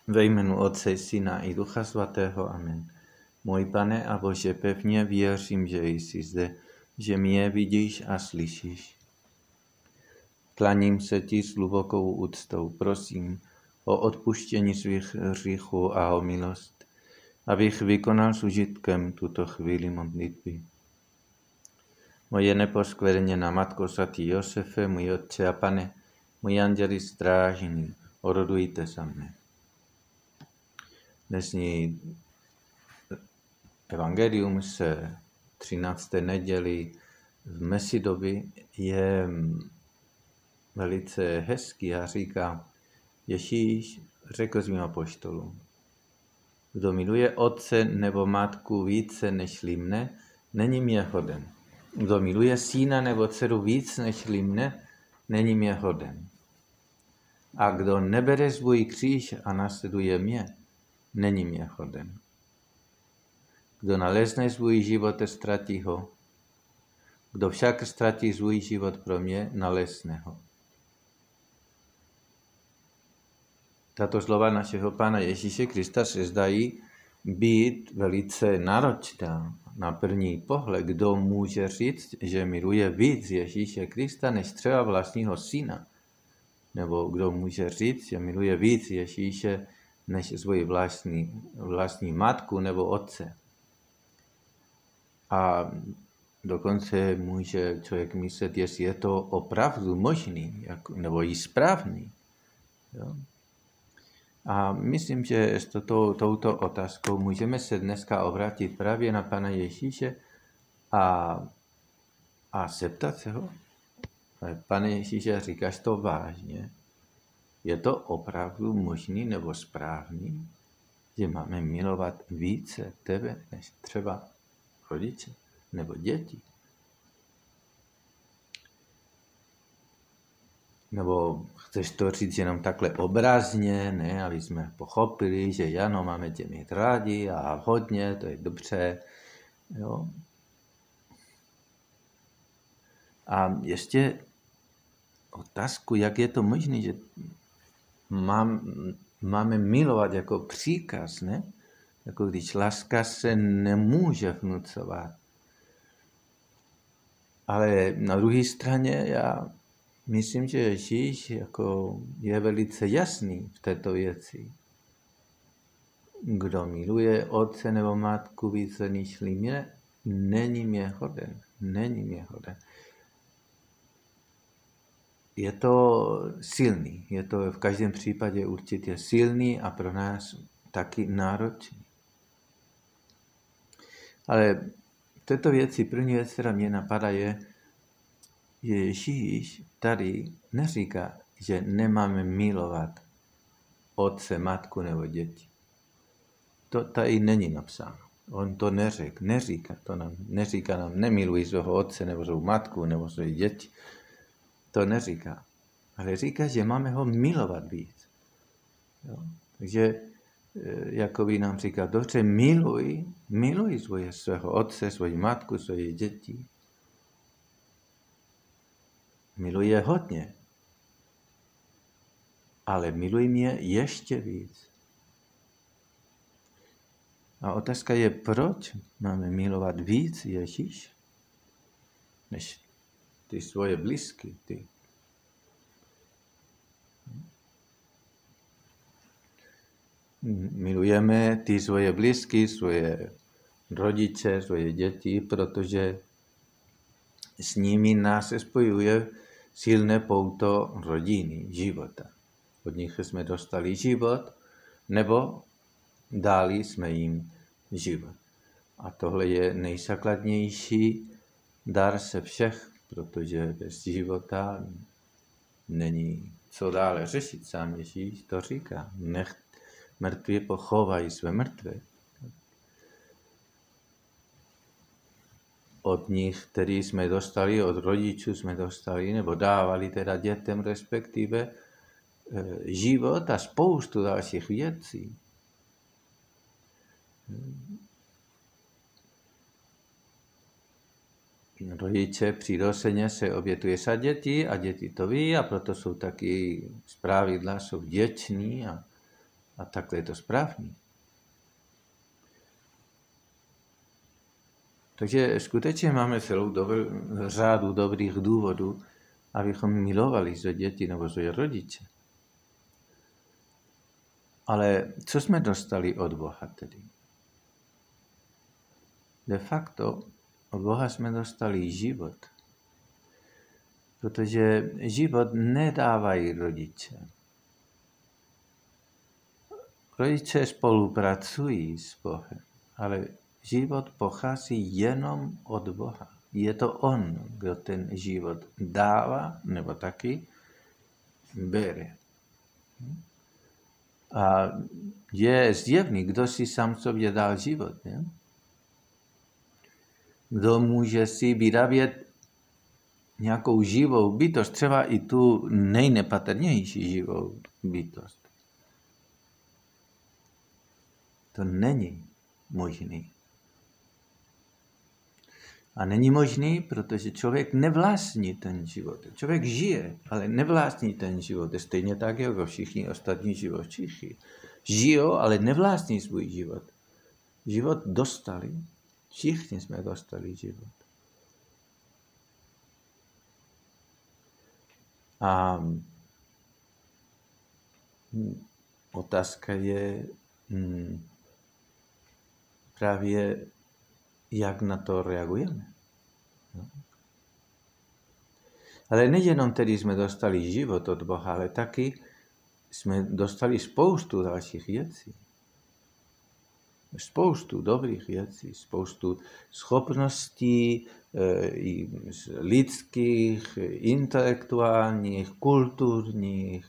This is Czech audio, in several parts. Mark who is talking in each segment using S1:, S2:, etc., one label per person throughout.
S1: Ve jménu Otce, Syna i Ducha Svatého. Amen. Můj Pane a Bože, pevně věřím, že jsi zde, že mě vidíš a slyšíš. Klaním se ti s hlubokou úctou, prosím o odpuštění svých hříchů a o milost, abych vykonal s užitkem tuto chvíli modlitby. Moje neposkvrněná Matko svatý Josefe, můj Otče a Pane, můj anděli strážný, orodujte za mne. Dnesní evangelium se 13. neděli v Mesidoby je velice hezký a říká, Ježíš řekl svým apoštolům, kdo miluje otce nebo matku více nežli mne, není mě hoden. Kdo miluje syna nebo dceru víc nežli mne, není mě hoden. A kdo nebere svůj kříž a následuje mě, není mě hoden. Kdo nalezne svůj život, ztratí ho. Kdo však ztratí svůj život pro mě, nalezne ho. Tato slova našeho Pána Ježíše Krista se zdají být velice náročná. Na první pohled, kdo může říct, že miluje víc Ježíše Krista než třeba vlastního syna? Nebo kdo může říct, že miluje víc Ježíše než svoji vlastní matku nebo otce? A dokonce může člověk myslet, jestli je to opravdu možný, nebo i správný. Jo? A myslím, že s touto otázkou můžeme se dneska obrátit právě na Pana Ježíše a zeptat se ho. Pane Ježíše, říkáš to vážně? Je to opravdu možný nebo správný, že máme milovat více tebe než třeba rodiče nebo děti? Nebo chceš to říct jenom takhle obrazně, ne, aby jsme pochopili, že ano, máme tě mít rádi a hodně, to je dobře. Jo? A ještě otázku, jak je to možné, že máme milovat jako příkaz, ne? Jako když láska se nemůže vnucovat. Ale na druhé straně já myslím, že Ježíš je velice jasný v této věci. Kdo miluje otce nebo matku více než mě, není mě hoden. Není mě hoden. Je to silný. Je to v každém případě určitě silný a pro nás taky náročný. Ale v této věci první věc, která mě napadá, je, že Ježíš tady neříká, že nemáme milovat otce, matku nebo děti. To tady není napsáno. On to neříká nám, nemiluj svého otce nebo svou matku nebo své děti. To neříká. Ale říká, že máme ho milovat víc. Jo? Takže jakoby nám říká, dobře, miluj svého otce, svoji matku, svoje děti. Miluj je hodně. Ale miluj mě ještě víc. A otázka je, proč máme milovat víc Ježíš, než ty svoje blízky. Milujeme ty svoje blízky, svoje rodiče, svoje děti, protože s nimi nás spojuje silné pouto rodiny, života. Od nich jsme dostali život, nebo dali jsme jim život. A tohle je nejzákladnější dar se všech, protože bez života není co dále řešit. Sám Ježíš to říká. Nech mrtví pochovají své mrtvé. Od nich, který jsme dostali, od rodičů jsme dostali, nebo dávali teda dětem respektive, život a spoustu dalších věcí. Rodiče přirozeně se obětuje za děti a děti to ví a proto jsou taky zpravidla, jsou vděční A takhle je to správný. Takže skutečně máme celou řádu dobrých důvodů, abychom milovali své děti nebo své rodiče. Ale co jsme dostali od Boha tedy? De facto od Boha jsme dostali život. Protože život nedávají rodiče. Rodiče spolupracují s Bohem, ale život pochází jenom od Boha. Je to on, kdo ten život dává, nebo taky bere. A je zjevný, kdo si sám sobě dal život. Ne? Kdo může si vyrábět nějakou živou bytost, třeba i tu nejnepatrnější živou bytost. To není možný. A není možný, protože člověk nevlastní ten život. Člověk žije, ale nevlastní ten život. Je stejně tak, jako všichni ostatní živočichy. Žijou, ale nevlastní svůj život. Život dostali. Všichni jsme dostali život. A otázka je právě, jak na to reagujeme. No. Ale nejenom tedy jsme dostali život od Boha, ale taky jsme dostali spoustu dalších věcí. Spoustu dobrých věcí, spoustu schopností lidských, intelektuálních, kulturních,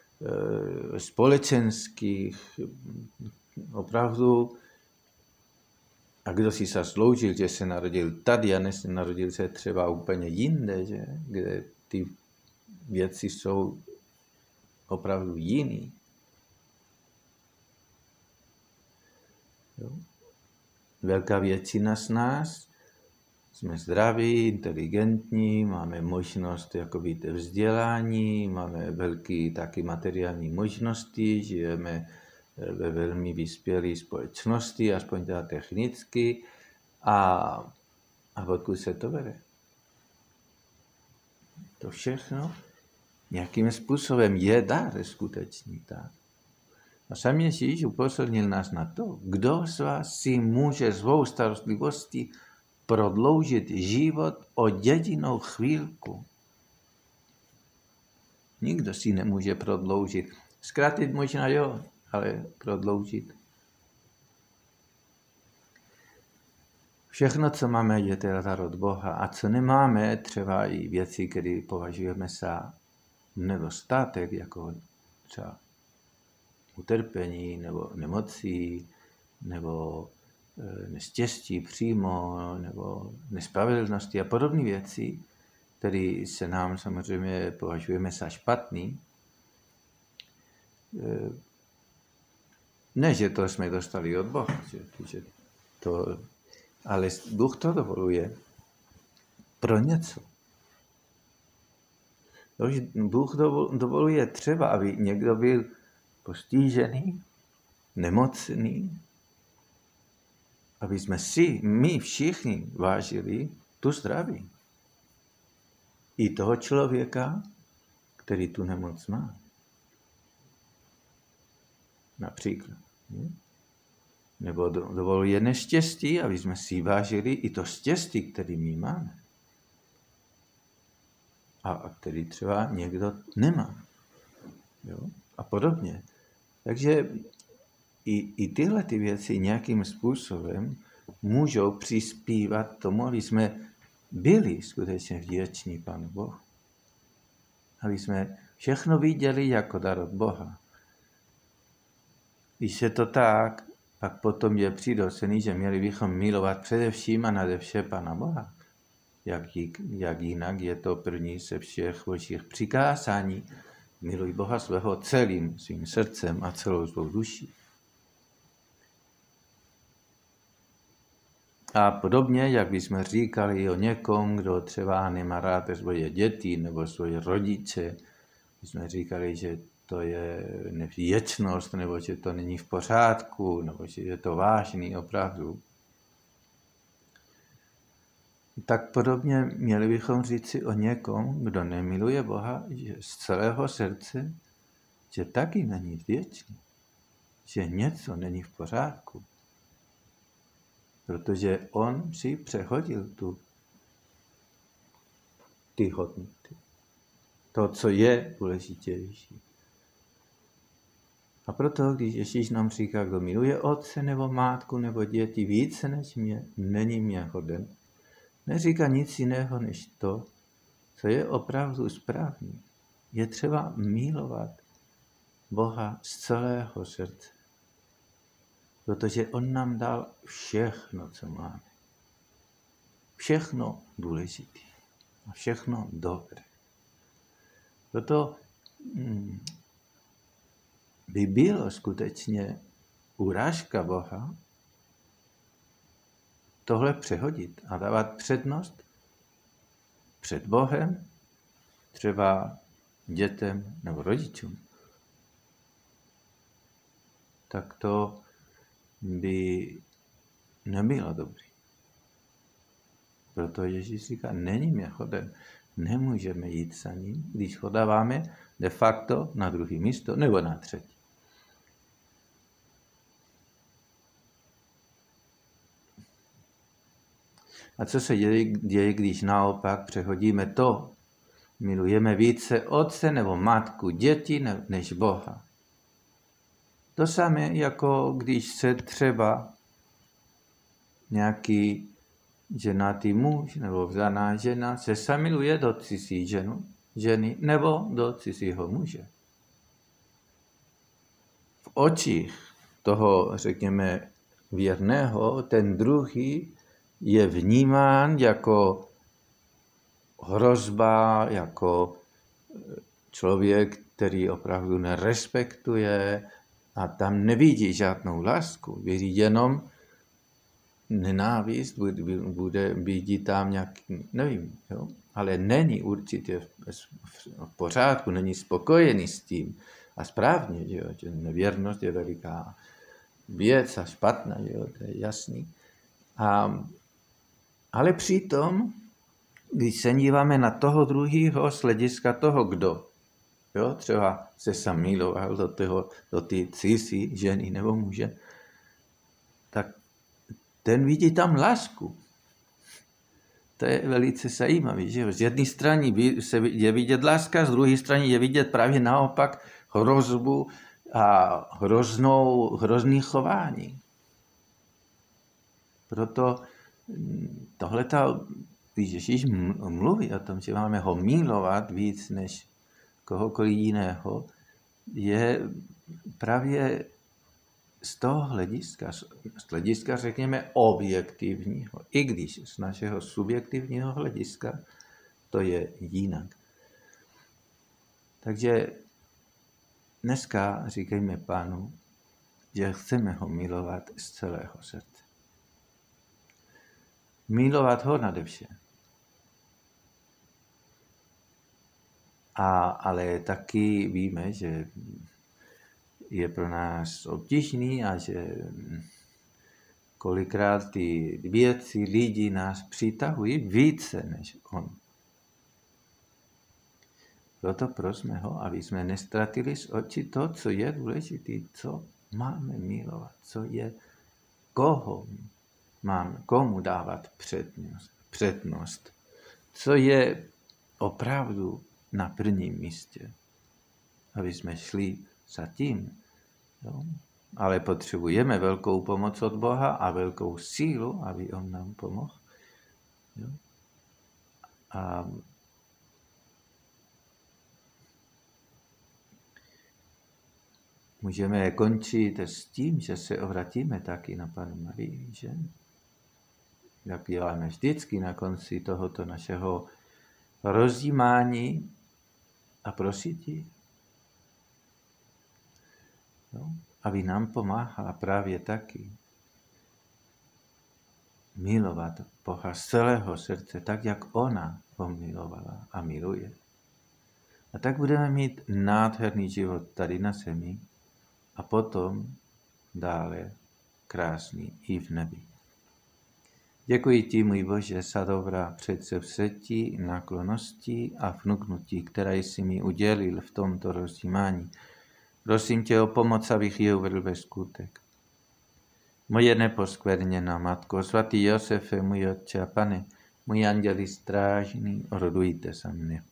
S1: společenských, opravdu. A kdo si zasloužil, že se narodil tady a narodil se třeba úplně jinde, že? Kde ty věci jsou opravdu jiný. Jo? Velká většina z nás jsme zdraví, inteligentní, máme možnost být vzdělání, máme velké taky materiální možnosti, žijeme ve velmi vyspělé společnosti, aspoň teda technicky, a odkud se to bere? To všechno nějakým způsobem je dar skutečný. Tak. A sám Ježíš upozornil nás na to, kdo z vás si může svou starostlivostí prodloužit život o jedinou chvílku. Nikdo si nemůže prodloužit. Zkrátit možná jo, ale prodloužit. Všechno, co máme, je teda dar od Boha. A co nemáme, třeba i věci, které považujeme za nedostatek, jako třeba utrpení, nebo nemocí, nebo neštěstí přímo, nebo nespravedlnosti a podobné věci, které se nám samozřejmě považujeme za špatný. Ne, že to jsme dostali od Boha, že to, ale Bůh to dovoluje pro něco. Bůh dovoluje třeba, aby někdo byl postižený, nemocný, aby jsme si, my všichni vážili tu zdraví. I toho člověka, který tu nemoc má. Například. Nebo dovoluje neštěstí, aby jsme si vážili i to štěstí, který my máme. A který třeba někdo nemá. Jo? A podobně. Takže i tyhle ty věci nějakým způsobem můžou přispívat tomu, aby jsme byli skutečně vděční Pánu Bohu. Aby jsme všechno viděli jako dar od Boha. Když je to tak, pak potom je přirozený, že měli bychom milovat především a nade vše Pána Boha. Jak jinak je to první ze všech božích přikázání. Miluj Boha svého celým svým srdcem a celou svou duší. A podobně, jak bychom říkali o někom, kdo třeba nemá rád svoje děti nebo svoje rodiče, bychom říkali, že to je věčnost, nebo že to není v pořádku, nebo že je to vážný opravdu. Tak podobně měli bychom říci o někom, kdo nemiluje Boha, že z celého srdce, že taky není věčný, že něco není v pořádku. Protože on si přehodil ty hodnoty. To, co je důležitější. A proto, když Ježíš nám říká, kdo miluje otce nebo matku nebo děti více než mě, není mě hoden, neříká nic jiného než to, co je opravdu správný. Je třeba milovat Boha z celého srdce. Protože on nám dal všechno, co máme. Všechno důležité a všechno dobré. Proto by bylo skutečně urážka Boha tohle přehodit a dávat přednost před Bohem, třeba dětem nebo rodičům. Tak to by nebylo dobrý. Proto Ježíš říká, není mě hoden, nemůžeme jít za ním, když ho dáváme de facto na druhé místo nebo na třetí. A co se děje, když naopak přehodíme to? Milujeme více otce nebo matku, děti než Boha. To samé, jako když se třeba nějaký ženatý muž nebo vdaná žena se zamiluje do cizí ženy nebo do cizího muže. V očích toho, řekněme, věrného, ten druhý je vnímán jako hrozba, jako člověk, který opravdu nerespektuje a tam nevidí žádnou lásku, vidí jenom nenávist, vidí tam nějaký, nevím, jo? Ale není určitě v pořádku, není spokojený s tím. A správně, že nevěrnost je veliká věc a špatná, jo? To je jasný. Ale přitom, když se díváme na toho druhého z hlediska toho, kdo, jo? Třeba se zamiloval do té cizí ženy nebo muže, tak ten vidí tam lásku. To je velice zajímavé, že z jedné strany je vidět láska, z druhé strany je vidět právě naopak hrozbu a hrozný chování. Proto tohleto, když Ježíš mluví o tom, že máme ho milovat víc než kohokoliv jiného, je právě z toho hlediska, řekněme, objektivního, i když z našeho subjektivního hlediska to je jinak. Takže dneska říkejme Pánu, že chceme ho milovat z celého srdce. Milovat ho nade vše. Ale taky víme, že je pro nás obtížný a že kolikrát ty věci, lidi nás přitahují více než on. Proto prosme ho, aby jsme nestratili z očí to, co je důležité, co máme milovat, co je, komu dávat přednost, co je opravdu na prvním místě, aby jsme šli za tím. Jo? Ale potřebujeme velkou pomoc od Boha a velkou sílu, aby on nám pomohl. Jo? A můžeme končit s tím, že se obratíme taky na Pannu Marii, že? Jak děláme vždycky na konci tohoto našeho rozjímání a prosit ji. Jo? Aby nám pomáhala právě taky milovat Boha z celého srdce, tak jak ona ho milovala a miluje. A tak budeme mít nádherný život tady na zemi a potom dále krásný i v nebi. Děkuji ti, můj Bože, za dobrá předsevzetí, náklonnosti a vnuknutí, které jsi mi udělil v tomto rozjímání. Prosím tě o pomoc, abych je uvedl ve skutek. Moje neposkvrněná Matko, svatý Josefe, můj Otče a Pane, můj anděli strážný, orodujte za mne.